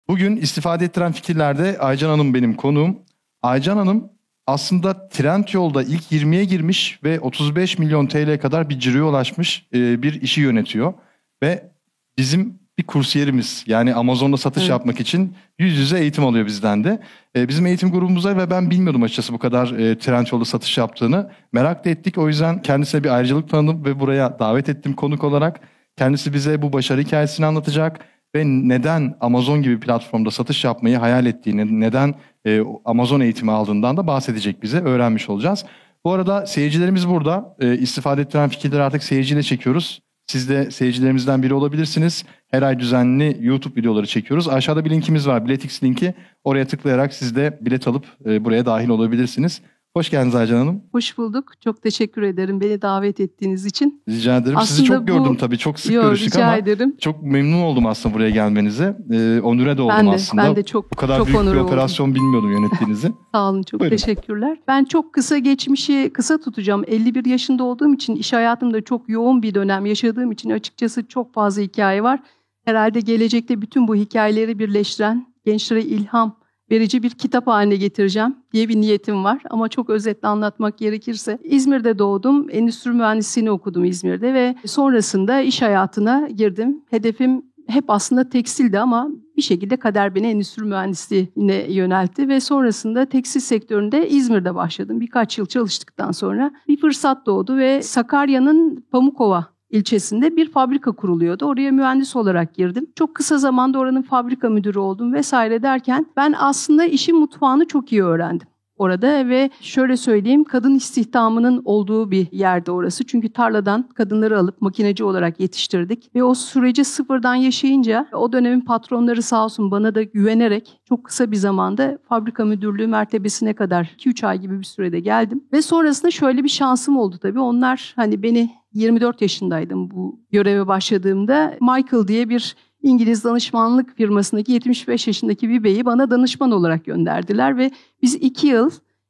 Bugün istifade ettiren fikirlerde Aycan Hanım benim konuğum. Aycan Hanım aslında Trendyol'da ilk 20'ye girmiş ve 35 milyon TL kadar bir ciroya ulaşmış bir işi yönetiyor. Ve bizim bir kursiyerimiz, yani Amazon'da satış yapmak için yüz yüze eğitim alıyor bizden de. Bizim eğitim grubumuza ve ben bilmiyordum açıkçası bu kadar Trendyol'da satış yaptığını. Merak da ettik, o yüzden kendisine bir ayrıcalık tanıdım ve buraya davet ettim konuk olarak. Kendisi bize bu başarı hikayesini anlatacak ve neden Amazon gibi platformda satış yapmayı hayal ettiğini, neden Amazon eğitimi aldığından da bahsedecek bize, öğrenmiş olacağız. Bu arada seyircilerimiz burada. İstifade ettiren fikirleri artık seyirciyle çekiyoruz. Siz de seyircilerimizden biri olabilirsiniz. Her ay düzenli YouTube videoları çekiyoruz. Aşağıda bir linkimiz var, Biletix linki. Oraya tıklayarak siz de bilet alıp buraya dahil olabilirsiniz. Hoş geldiniz Aycan Hanım. Hoş bulduk. Çok teşekkür ederim beni davet ettiğiniz için. Rica ederim. Aslında sizi çok gördüm tabii. Çok sık görüştük ama çok memnun oldum aslında buraya gelmenize. Onure de oldum aslında. Ben de çok bu kadar çok büyük bir operasyon oldum. bilmiyordum yönettiğinizi. Sağ olun, çok Buyurun. teşekkürler. Ben çok kısa geçmişi kısa tutacağım. 51 yaşında olduğum için iş hayatımda çok yoğun bir dönem yaşadığım için açıkçası çok fazla hikaye var. Herhalde gelecekte bütün bu hikayeleri birleştiren, gençlere ilham verici bir kitap haline getireceğim diye bir niyetim var. Ama çok özetle anlatmak gerekirse İzmir'de doğdum. Endüstri mühendisliğini okudum İzmir'de ve sonrasında iş hayatına girdim. Hedefim hep aslında tekstildi ama bir şekilde kader beni endüstri mühendisliğine yöneltti ve sonrasında tekstil sektöründe İzmir'de başladım. Birkaç yıl çalıştıktan sonra bir fırsat doğdu ve Sakarya'nın Pamukova ilçesinde bir fabrika kuruluyordu. Oraya mühendis olarak girdim. Çok kısa zamanda oranın fabrika müdürü oldum vesaire derken ben aslında işin mutfağını çok iyi öğrendim orada ve şöyle söyleyeyim, kadın istihdamının olduğu bir yerde orası. Çünkü tarladan kadınları alıp makineci olarak yetiştirdik ve o süreci sıfırdan yaşayınca o dönemin patronları sağ olsun bana da güvenerek çok kısa bir zamanda fabrika müdürlüğü mertebesine kadar 2-3 ay gibi bir sürede geldim. Ve sonrasında şöyle bir şansım oldu tabii. Onlar beni 24 yaşındaydım bu göreve başladığımda. Michael diye bir İngiliz danışmanlık firmasındaki 75 yaşındaki bir beyi bana danışman olarak gönderdiler ve biz 2 yıl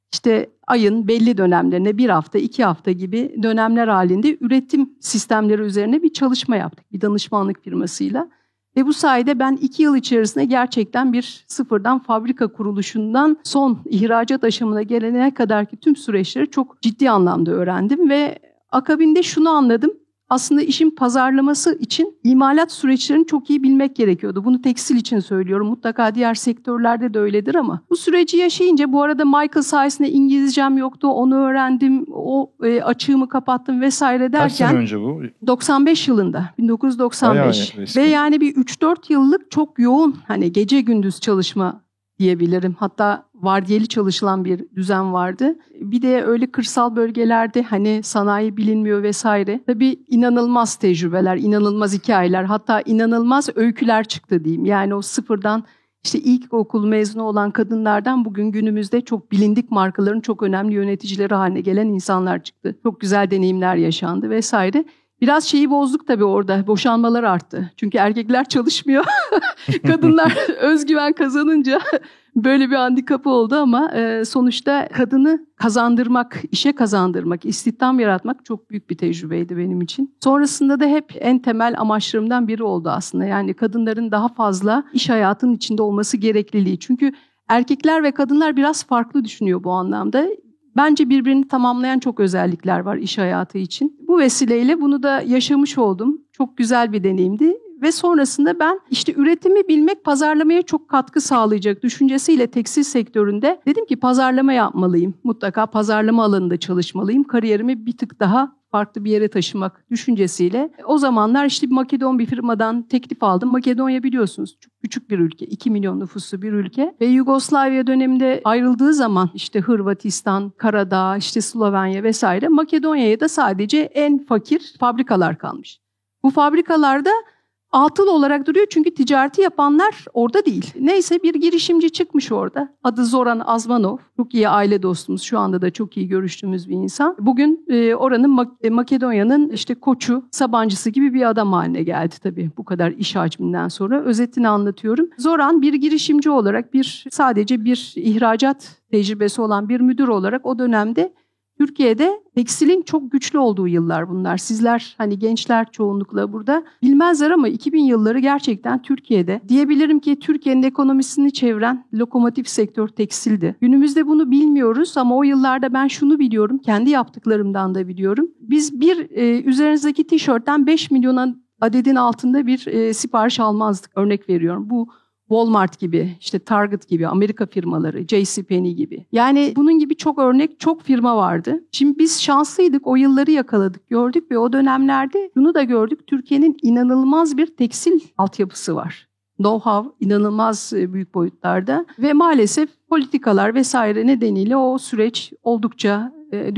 ayın belli dönemlerine 1 hafta, 2 hafta gibi dönemler halinde üretim sistemleri üzerine bir çalışma yaptık bir danışmanlık firmasıyla. Ve bu sayede ben 2 yıl içerisinde gerçekten bir sıfırdan fabrika kuruluşundan son ihracat aşamına gelene kadarki tüm süreçleri çok ciddi anlamda öğrendim ve akabinde şunu anladım. Aslında işin pazarlaması için imalat süreçlerini çok iyi bilmek gerekiyordu. Bunu tekstil için söylüyorum. Mutlaka diğer sektörlerde de öyledir ama bu süreci yaşayınca bu arada Michael sayesinde İngilizcem yoktu. Onu öğrendim. O açığımı kapattım vesaire derken. Kaç sene önce bu? 95 yılında. 1995. Bayağı ve yani bir 3-4 yıllık çok yoğun gece gündüz çalışma diyebilirim. Hatta vardiyeli çalışılan bir düzen vardı. Bir de öyle kırsal bölgelerde sanayi bilinmiyor vesaire. Tabii inanılmaz tecrübeler, inanılmaz hikayeler, hatta inanılmaz öyküler çıktı diyeyim. Yani o sıfırdan ilkokul mezunu olan kadınlardan bugün günümüzde çok bilindik markaların çok önemli yöneticileri haline gelen insanlar çıktı. Çok güzel deneyimler yaşandı vesaire. Biraz şeyi bozduk tabii orada. Boşanmalar arttı. Çünkü erkekler çalışmıyor. Kadınlar özgüven kazanınca böyle bir handikapı oldu ama sonuçta kadını kazandırmak, işe kazandırmak, istihdam yaratmak çok büyük bir tecrübeydi benim için. Sonrasında da hep en temel amaçlarımdan biri oldu aslında. Yani kadınların daha fazla iş hayatının içinde olması gerekliliği. Çünkü erkekler ve kadınlar biraz farklı düşünüyor bu anlamda. Bence birbirini tamamlayan çok özellikler var iş hayatı için. Bu vesileyle bunu da yaşamış oldum. Çok güzel bir deneyimdi. Ve sonrasında ben üretimi bilmek pazarlamaya çok katkı sağlayacak düşüncesiyle tekstil sektöründe dedim ki pazarlama yapmalıyım. Mutlaka pazarlama alanında çalışmalıyım. Kariyerimi bir tık daha farklı bir yere taşımak düşüncesiyle. O zamanlar bir Makedon bir firmadan teklif aldım. Makedonya biliyorsunuz çok küçük bir ülke. 2 milyon nüfuslu bir ülke. Ve Yugoslavya döneminde ayrıldığı zaman Hırvatistan, Karadağ, Slovenya vesaire Makedonya'ya da sadece en fakir fabrikalar kalmış. Bu fabrikalarda atıl olarak duruyor çünkü ticareti yapanlar orada değil. Neyse bir girişimci çıkmış orada. Adı Zoran Azmanov. Çok iyi aile dostumuz. Şu anda da çok iyi görüştüğümüz bir insan. Bugün oranın Makedonya'nın Koçu, Sabancısı gibi bir adam haline geldi tabii bu kadar iş hacminden sonra. Özetini anlatıyorum. Zoran bir girişimci olarak sadece bir ihracat tecrübesi olan bir müdür olarak o dönemde Türkiye'de tekstilin çok güçlü olduğu yıllar bunlar. Sizler hani gençler çoğunlukla burada bilmezler ama 2000 yılları gerçekten Türkiye'de diyebilirim ki Türkiye'nin ekonomisini çeviren lokomotif sektör tekstildi. Günümüzde bunu bilmiyoruz ama o yıllarda ben şunu biliyorum, kendi yaptıklarımdan da biliyorum. Biz üzerinizdeki tişörtten 5 milyon adedin altında bir sipariş almazdık. Örnek veriyorum. Bu Walmart gibi, işte Target gibi, Amerika firmaları, JCPenney gibi. Yani bunun gibi çok örnek, çok firma vardı. Şimdi biz şanslıydık, o yılları yakaladık, gördük ve o dönemlerde bunu da gördük. Türkiye'nin inanılmaz bir tekstil altyapısı var. Know-how inanılmaz büyük boyutlarda ve maalesef politikalar vesaire nedeniyle o süreç oldukça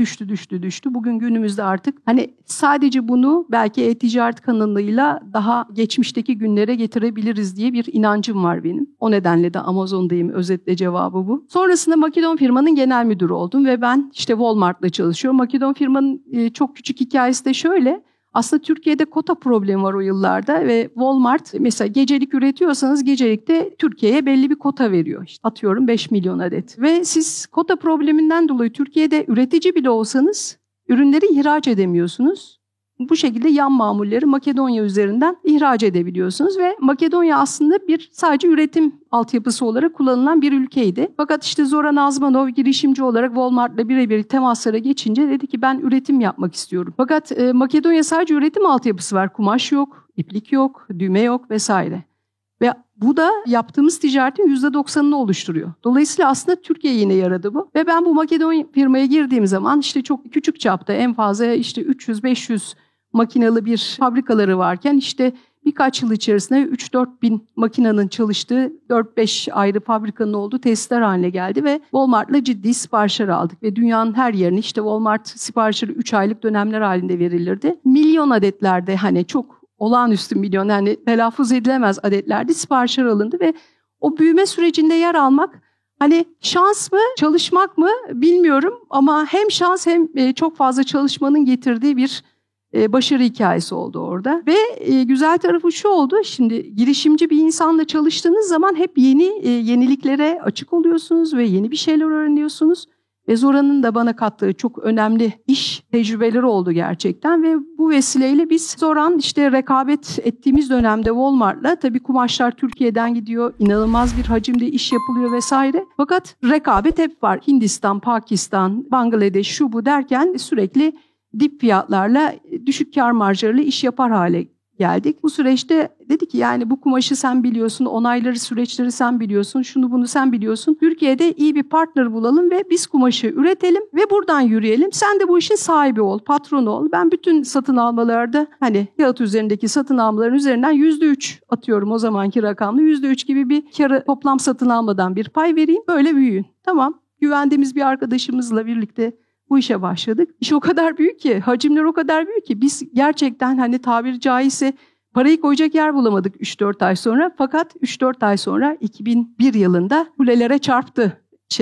düştü. Bugün günümüzde artık hani sadece bunu belki e-ticaret kanalıyla daha geçmişteki günlere getirebiliriz diye bir inancım var benim. O nedenle de Amazon'dayım, özetle cevabı bu. Sonrasında Makedon firmanın genel müdürü oldum ve ben işte Walmart'la çalışıyorum. Makedon firmanın çok küçük hikayesi de şöyle. Aslında Türkiye'de kota problemi var o yıllarda ve Walmart mesela gecelik üretiyorsanız gecelikte Türkiye'ye belli bir kota veriyor. İşte atıyorum 5 milyon adet. Ve siz kota probleminden dolayı Türkiye'de üretici bile olsanız ürünleri ihraç edemiyorsunuz. Bu şekilde yan mamulleri Makedonya üzerinden ihraç edebiliyorsunuz ve Makedonya aslında sadece üretim altyapısı olarak kullanılan bir ülkeydi. Fakat işte Zoran Azmanov girişimci olarak Walmart'la birebir temaslara geçince dedi ki ben üretim yapmak istiyorum. Fakat Makedonya sadece üretim altyapısı var. Kumaş yok, iplik yok, düğme yok vesaire. Ve bu da yaptığımız ticaretin %90'ını oluşturuyor. Dolayısıyla aslında Türkiye yine yaradı bu. Ve ben bu Makedonya firmaya girdiğim zaman işte çok küçük çapta en fazla işte 300-500 makinalı bir fabrikaları varken işte birkaç yıl içerisinde 3-4 bin makinanın çalıştığı 4-5 ayrı fabrikanın olduğu tesisler haline geldi ve Walmart'la ciddi siparişler aldık ve dünyanın her yerine işte Walmart siparişleri 3 aylık dönemler halinde verilirdi. Milyon adetlerde hani çok olağanüstü milyon yani telaffuz edilemez adetlerde siparişler alındı ve o büyüme sürecinde yer almak hani şans mı çalışmak mı bilmiyorum ama hem şans hem çok fazla çalışmanın getirdiği bir başarı hikayesi oldu orada. Ve güzel tarafı şu oldu, şimdi girişimci bir insanla çalıştığınız zaman hep yeniliklere açık oluyorsunuz ve yeni bir şeyler öğreniyorsunuz. Ve Zoran'ın da bana kattığı çok önemli iş tecrübeleri oldu gerçekten ve bu vesileyle biz Zoran işte rekabet ettiğimiz dönemde Walmart'la tabii kumaşlar Türkiye'den gidiyor, inanılmaz bir hacimde iş yapılıyor vesaire. Fakat rekabet hep var. Hindistan, Pakistan, Bangladeş şu bu derken sürekli dip fiyatlarla, düşük kar marjlarıyla iş yapar hale geldik. Bu süreçte dedi ki yani bu kumaşı sen biliyorsun, onayları, süreçleri sen biliyorsun, şunu bunu sen biliyorsun. Türkiye'de iyi bir partner bulalım ve biz kumaşı üretelim ve buradan yürüyelim. Sen de bu işin sahibi ol, patronu ol. Ben bütün satın almalarda hani kağıt üzerindeki satın almaların üzerinden %3 atıyorum o zamanki rakamla. %3 gibi bir karı toplam satın almadan bir pay vereyim. Böyle büyüyün. Tamam. Güvendiğimiz bir arkadaşımızla birlikte bu işe başladık. İş o kadar büyük ki, hacimler o kadar büyük ki biz gerçekten hani tabiri caizse parayı koyacak yer bulamadık 3-4 ay sonra. Fakat 3-4 ay sonra 2001 yılında kulelere çarptı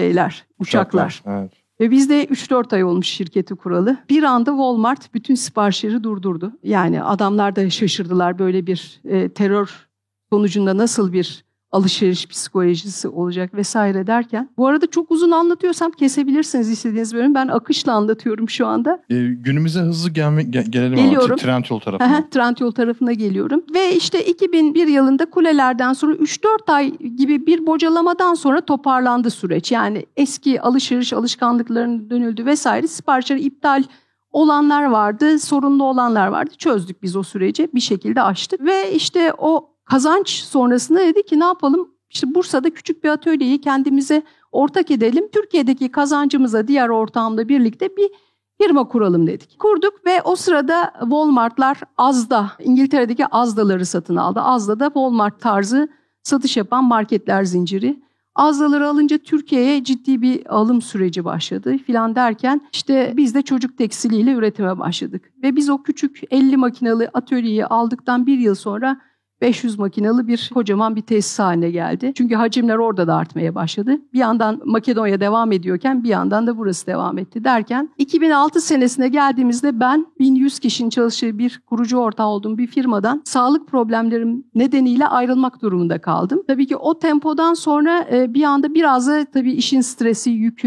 uçaklar. Evet. Ve biz de 3-4 ay olmuş şirketi kuralı. Bir anda Walmart bütün siparişleri durdurdu. Yani adamlar da şaşırdılar böyle bir terör sonucunda nasıl bir alışveriş psikolojisi olacak vesaire derken. Bu arada çok uzun anlatıyorsam kesebilirsiniz istediğiniz bölüm. Ben akışla anlatıyorum şu anda. Günümüze hızlı gelelim Geliyorum. ama Trendyol tarafına. Trendyol tarafına geliyorum. Ve işte 2001 yılında kulelerden sonra 3-4 ay gibi bir bocalamadan sonra toparlandı süreç. Yani eski alışveriş alışkanlıklarına dönüldü vesaire. Siparişleri iptal olanlar vardı, sorunlu olanlar vardı. Çözdük biz o süreci, bir şekilde aştık. Ve işte o kazanç sonrasında dedi ki ne yapalım? İşte Bursa'da küçük bir atölyeyi kendimize ortak edelim. Türkiye'deki kazancımıza diğer ortağımla birlikte bir firma kuralım dedik. Kurduk ve o sırada Walmart'lar Asda, İngiltere'deki Asda'ları satın aldı. Asda'da Walmart tarzı satış yapan marketler zinciri. Asda'ları alınca Türkiye'ye ciddi bir alım süreci başladı filan derken işte biz de çocuk tekstiliyle üretime başladık. Ve biz o küçük 50 makinalı atölyeyi aldıktan bir yıl sonra 500 makinalı bir kocaman bir tesis haline geldi. Çünkü hacimler orada da artmaya başladı. Bir yandan Makedonya devam ediyorken bir yandan da burası devam etti derken 2006 senesine geldiğimizde ben 1100 kişinin çalıştığı bir kurucu ortağı olduğum bir firmadan sağlık problemlerim nedeniyle ayrılmak durumunda kaldım. Tabii ki o tempodan sonra bir anda biraz da tabii işin stresi, yükü,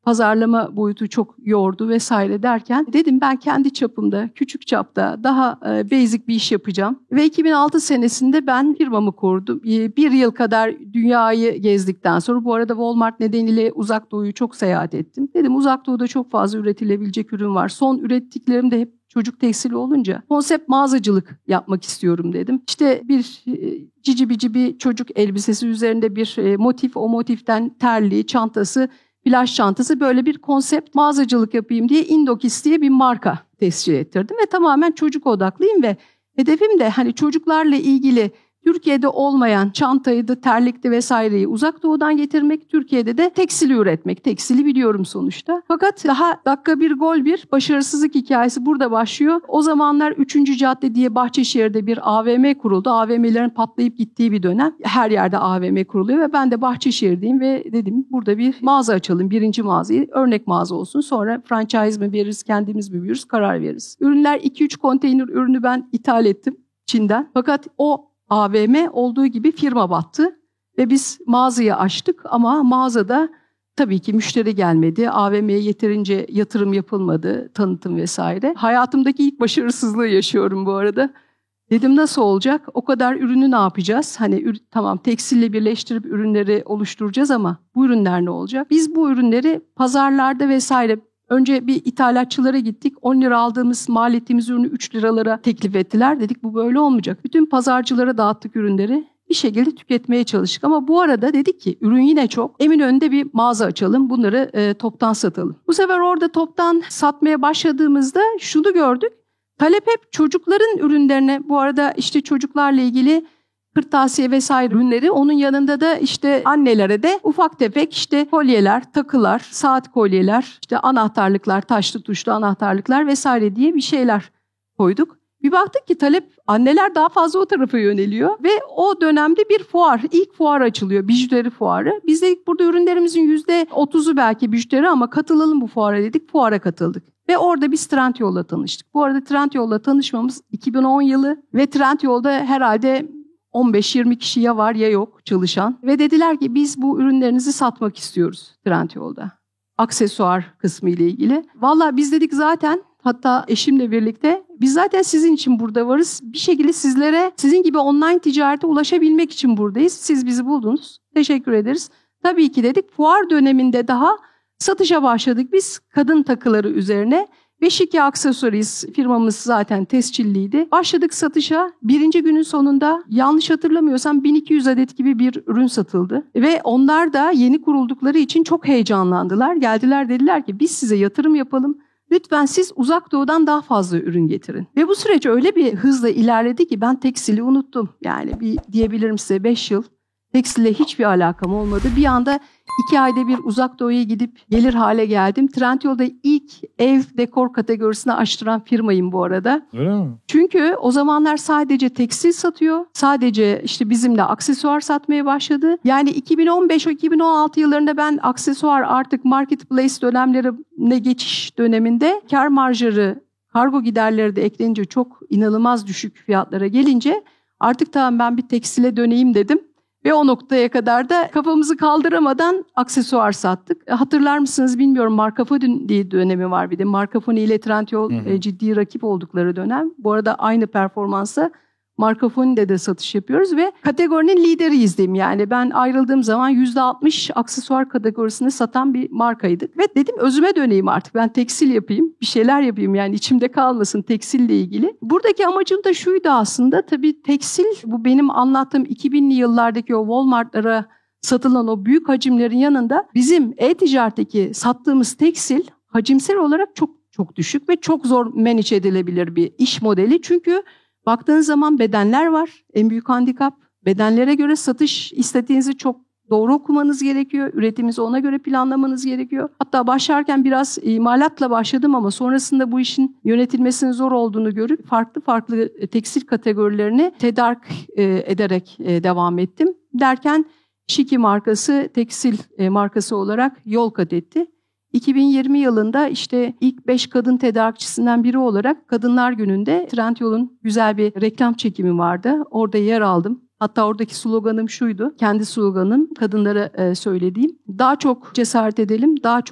pazarlama boyutu çok yordu vesaire derken dedim ben kendi çapımda, küçük çapta daha basic bir iş yapacağım. Ve 2006 senesinde ben firmamı kurdum. Bir yıl kadar dünyayı gezdikten sonra, bu arada Walmart nedeniyle Uzak Doğu'yu çok seyahat ettim. Dedim Uzak Doğu'da çok fazla üretilebilecek ürün var. Son ürettiklerim de hep çocuk tekstili olunca konsept mağazacılık yapmak istiyorum dedim. İşte bir cici bici bir çocuk elbisesi üzerinde bir motif, o motiften terliği, çantası, plaj çantası, böyle bir konsept mağazacılık yapayım diye Indokis diye bir marka tescil ettirdim ve tamamen çocuk odaklıyım ve hedefim de hani çocuklarla ilgili Türkiye'de olmayan çantaydı, terlikti vesaireyi Uzak Doğu'dan getirmek, Türkiye'de de tekstili üretmek. Tekstili biliyorum sonuçta. Fakat daha dakika bir gol bir başarısızlık hikayesi burada başlıyor. O zamanlar 3. Cadde diye Bahçeşehir'de bir AVM kuruldu. AVM'lerin patlayıp gittiği bir dönem. Her yerde AVM kuruluyor ve ben de Bahçeşehir'deyim ve dedim burada bir mağaza açalım. Birinci mağazayı örnek mağaza olsun. Sonra franchise mi veririz, kendimiz mi büyürüz, karar veririz. Ürünler 2-3 konteyner ürünü ben ithal ettim Çin'den. Fakat o AVM olduğu gibi firma battı ve biz mağazayı açtık ama mağazada tabii ki müşteri gelmedi. AVM'ye yeterince yatırım yapılmadı, tanıtım vesaire. Hayatımdaki ilk başarısızlığı yaşıyorum bu arada. Dedim nasıl olacak? O kadar ürünü ne yapacağız? Hani tamam tekstille birleştirip ürünleri oluşturacağız ama bu ürünler ne olacak? Biz bu ürünleri pazarlarda vesaire önce bir ithalatçılara gittik. 10 lira aldığımız, mal ettiğimiz ürünü 3 liralara teklif ettiler. Dedik bu böyle olmayacak. Bütün pazarcılara dağıttık ürünleri. Bir şekilde tüketmeye çalıştık. Ama bu arada dedik ki ürün yine çok. Eminönü'nde bir mağaza açalım. Bunları toptan satalım. Bu sefer orada toptan satmaya başladığımızda şunu gördük. Talep hep çocukların ürünlerine. Bu arada işte çocuklarla ilgili kırtasiye vesaire ürünleri, onun yanında da işte annelere de ufak tefek işte kolyeler, takılar, saat kolyeler, işte anahtarlıklar, taşlı tuşlu anahtarlıklar vesaire diye bir şeyler koyduk. Bir baktık ki talep, anneler daha fazla o tarafa yöneliyor ve o dönemde bir fuar, ilk fuar açılıyor, bijuteri fuarı. Biz dedik burada ürünlerimizin %30'u belki bijuteri ama katılalım bu fuara dedik, fuara katıldık. Ve orada biz Trendyol'la tanıştık. Bu arada Trendyol'la tanışmamız 2010 yılı ve Trendyol'da herhalde 15-20 kişi ya var ya yok çalışan. Ve dediler ki biz bu ürünlerinizi satmak istiyoruz Trendyol'da. Aksesuar kısmı ile ilgili. Vallahi biz dedik zaten, hatta eşimle birlikte biz zaten sizin için burada varız. Bir şekilde sizlere, sizin gibi online ticarete ulaşabilmek için buradayız. Siz bizi buldunuz. Teşekkür ederiz. Tabii ki dedik. Fuar döneminde daha satışa başladık biz kadın takıları üzerine. Beşikya Aksesuaries firmamız zaten tescilliydi. Başladık satışa. Birinci günün sonunda yanlış hatırlamıyorsam 1200 adet gibi bir ürün satıldı. Ve onlar da yeni kuruldukları için çok heyecanlandılar. Geldiler, dediler ki biz size yatırım yapalım. Lütfen siz Uzak Doğu'dan daha fazla ürün getirin. Ve bu süreç öyle bir hızla ilerledi ki ben tekstili unuttum. Yani diyebilirim size 5 yıl tekstille hiçbir alakam olmadı. Bir anda 2 ayda bir Uzak Doğu'ya gidip gelir hale geldim. Trendyol'da ilk ev dekor kategorisini açtıran firmayım bu arada. Öyle mi? Çünkü o zamanlar sadece tekstil satıyor. Sadece işte bizimle aksesuar satmaya başladı. Yani 2015-2016 yıllarında ben aksesuar artık marketplace dönemlerine geçiş döneminde kar marjları, kargo giderleri de eklenince çok inanılmaz düşük fiyatlara gelince artık tamam ben bir tekstile döneyim dedim. Ve o noktaya kadar da kafamızı kaldıramadan aksesuar sattık. Hatırlar mısınız bilmiyorum, Markafoni diye dönemi var bir de. Markafoni ile Trendyol ciddi rakip oldukları dönem. Bu arada aynı performansa Markafoni'de de satış yapıyoruz ve kategorinin lideriyiz diyeyim. Yani ben ayrıldığım zaman %60 aksesuar kategorisini satan bir markaydık. Ve dedim özüme döneyim artık, ben tekstil yapayım, bir şeyler yapayım, yani içimde kalmasın tekstille ilgili. Buradaki amacım da şuydu aslında, tabii tekstil, bu benim anlattığım 2000'li yıllardaki o Walmart'lara satılan o büyük hacimlerin yanında bizim e-ticaretteki sattığımız tekstil hacimsel olarak çok düşük ve çok zor manage edilebilir bir iş modeli. Çünkü baktığınız zaman bedenler var. En büyük handikap. Bedenlere göre satış istediğinizi çok doğru okumanız gerekiyor. Üretiminizi ona göre planlamanız gerekiyor. Hatta başlarken biraz imalatla başladım ama sonrasında bu işin yönetilmesinin zor olduğunu görüp farklı tekstil kategorilerini tedarik ederek devam ettim. Derken Şiki markası tekstil markası olarak yol kat etti. 2020 yılında işte ilk 5 kadın tedarikçisinden biri olarak Kadınlar Günü'nde Trendyol'un güzel bir reklam çekimi vardı. Orada yer aldım. Hatta oradaki sloganım şuydu, kendi sloganım, kadınlara söylediğim. Daha çok cesaret edelim, daha çok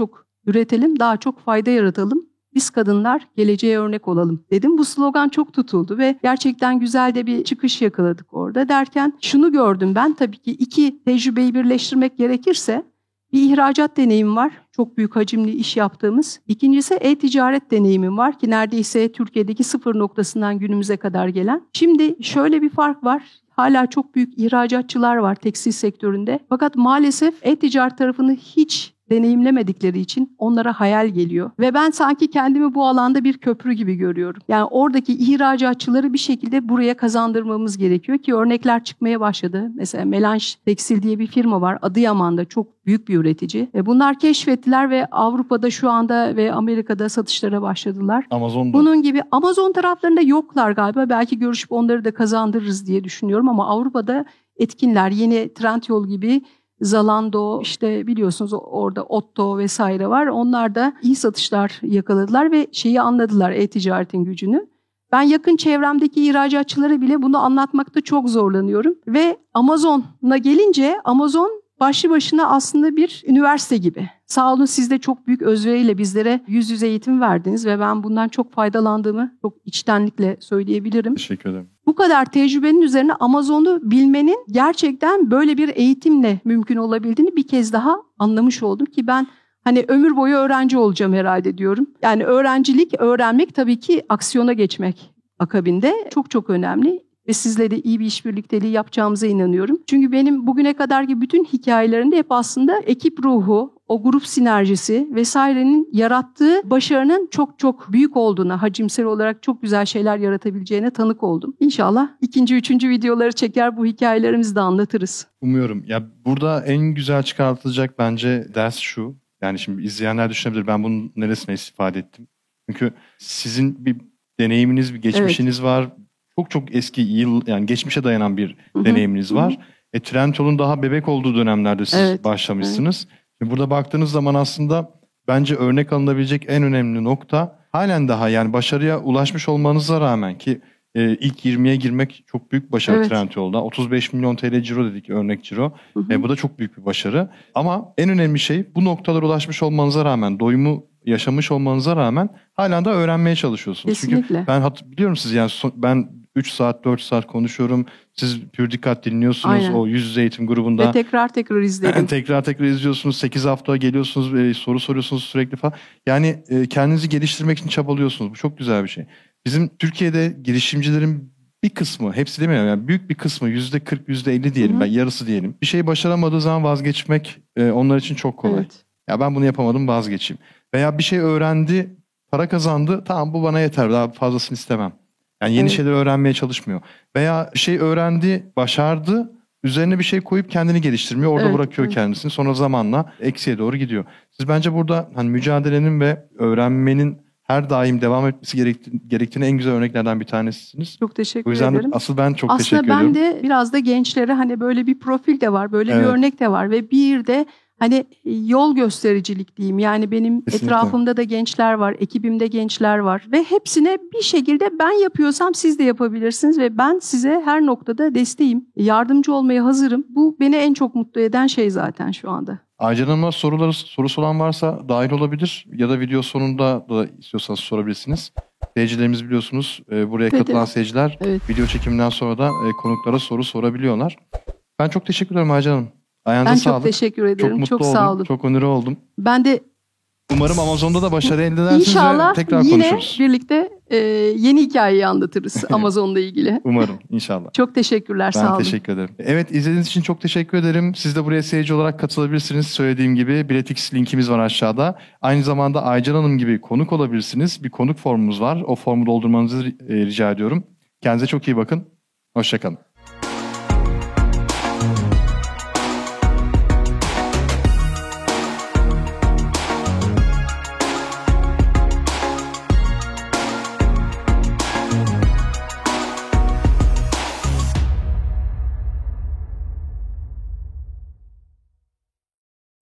üretelim, daha çok fayda yaratalım. Biz kadınlar geleceğe örnek olalım dedim. Bu slogan çok tutuldu ve gerçekten güzel de bir çıkış yakaladık orada. Derken şunu gördüm ben, tabii ki iki tecrübeyi birleştirmek gerekirse bir ihracat deneyimim var. Çok büyük hacimli iş yaptığımız. İkincisi e-ticaret deneyimim var ki neredeyse Türkiye'deki sıfır noktasından günümüze kadar gelen. Şimdi şöyle bir fark var. Hala çok büyük ihracatçılar var tekstil sektöründe. Fakat maalesef e-ticaret tarafını hiç deneyimlemedikleri için onlara hayal geliyor. Ve ben sanki kendimi bu alanda bir köprü gibi görüyorum. Yani oradaki ihracatçıları bir şekilde buraya kazandırmamız gerekiyor ki örnekler çıkmaya başladı. Mesela Melange Tekstil diye bir firma var. Adıyaman'da çok büyük bir üretici. Bunlar keşfettiler ve Avrupa'da şu anda ve Amerika'da satışlara başladılar. Amazon'da. Bunun gibi Amazon taraflarında yoklar galiba. Belki görüşüp onları da kazandırırız diye düşünüyorum ama Avrupa'da etkinler, yeni Trendyol gibi, Zalando, işte biliyorsunuz orada Otto vesaire var. Onlar da iyi satışlar yakaladılar ve şeyi anladılar, e-ticaretin gücünü. Ben yakın çevremdeki ihracatçılara bile bunu anlatmakta çok zorlanıyorum. Ve Amazon'a gelince Amazon başlı başına aslında bir üniversite gibi. Sağ olun, siz de çok büyük özveriyle bizlere yüz yüze eğitim verdiniz ve ben bundan çok faydalandığımı çok içtenlikle söyleyebilirim. Teşekkür ederim. Bu kadar tecrübenin üzerine Amazon'u bilmenin gerçekten böyle bir eğitimle mümkün olabildiğini bir kez daha anlamış oldum ki ben hani ömür boyu öğrenci olacağım herhalde diyorum. Yani öğrencilik, öğrenmek tabii ki aksiyona geçmek akabinde çok çok önemli. Ve sizle de iyi bir iş birlikteliği yapacağımıza inanıyorum. Çünkü benim bugüne kadarki bütün hikayelerimde hep aslında ekip ruhu, o grup sinerjisi vesairenin yarattığı başarının çok çok büyük olduğuna, hacimsel olarak çok güzel şeyler yaratabileceğine tanık oldum. İnşallah ikinci, üçüncü videoları çeker, bu hikayelerimizi de anlatırız. Umuyorum. Ya burada en güzel çıkartılacak bence ders şu. Yani şimdi izleyenler düşünebilir, ben bunun neresine istifade ettim. Çünkü sizin bir deneyiminiz, bir geçmişiniz var. Çok çok eski yıl, yani geçmişe dayanan bir deneyiminiz var. Trendyol'un daha bebek olduğu dönemlerde siz başlamışsınız. Şimdi burada baktığınız zaman aslında bence örnek alınabilecek en önemli nokta halen daha, yani başarıya ulaşmış olmanıza rağmen ki ilk 20'ye girmek çok büyük başarı Trendyol'da. 35 milyon TL ciro dedik, örnek ciro. Bu da çok büyük bir başarı. Ama en önemli şey, bu noktalara ulaşmış olmanıza rağmen, doyumu yaşamış olmanıza rağmen halen de öğrenmeye çalışıyorsunuz. Kesinlikle. Çünkü ben biliyorum siz, yani ben 3 saat 4 saat konuşuyorum. Siz pür dikkat dinliyorsunuz. Aynen. O yüz yüze eğitim grubunda. Ve tekrar izledim. tekrar izliyorsunuz. 8 hafta geliyorsunuz, soru soruyorsunuz sürekli falan. Yani kendinizi geliştirmek için çabalıyorsunuz. Bu çok güzel bir şey. Bizim Türkiye'de girişimcilerin bir kısmı, hepsi demiyorum yani, büyük bir kısmı, %40, %50 diyelim, ben yarısı diyelim. Bir şeyi başaramadığı zaman vazgeçmek onlar için çok kolay. Evet. Ya ben bunu yapamadım, vazgeçeyim. Veya bir şey öğrendi, para kazandı, tamam bu bana yeter, daha fazlasını istemem. Yani yeni şeyler öğrenmeye çalışmıyor. Veya bir şey öğrendi, başardı, üzerine bir şey koyup kendini geliştirmiyor. Orada bırakıyor kendisini. Sonra zamanla eksiye doğru gidiyor. Siz bence burada hani mücadelenin ve öğrenmenin her daim devam etmesi gerektiğine en güzel örneklerden bir tanesisiniz. Çok teşekkür ederim. O yüzden ederim. Asıl ben çok teşekkür ediyorum. ediyorum. Aslında ben de biraz da gençlere hani böyle bir profil de var, böyle bir örnek de var ve bir de hani yol göstericilik diyeyim. Yani benim etrafımda da gençler var, ekibimde gençler var ve hepsine bir şekilde ben yapıyorsam siz de yapabilirsiniz ve ben size her noktada desteğim, yardımcı olmaya hazırım. Bu beni en çok mutlu eden şey zaten şu anda. Aycan Hanım'a sorusu olan varsa dahil olabilir ya da video sonunda da istiyorsanız sorabilirsiniz. Seyircilerimiz biliyorsunuz, buraya katılan seyirciler video çekiminden sonra da konuklara soru sorabiliyorlar. Ben çok teşekkür ederim Aycan Hanım. Ayağınıza sağlık. Ben çok teşekkür ederim. Çok mutlu oldum. Sağ olun. Çok onur oldum. Ben de umarım Amazon'da da başarı elde edersiniz İnşallah ve tekrar konuşuruz. İnşallah yine birlikte yeni hikayeyi anlatırız Amazon'la ilgili. Umarım, inşallah. Çok teşekkürler, sağ olun. Ben teşekkür ederim. Evet, izlediğiniz için çok teşekkür ederim. Siz de buraya seyirci olarak katılabilirsiniz. Söylediğim gibi Biletix linkimiz var aşağıda. Aynı zamanda Aycan Hanım gibi konuk olabilirsiniz. Bir konuk formumuz var. O formu doldurmanızı rica ediyorum. Kendinize çok iyi bakın. Hoşça kalın.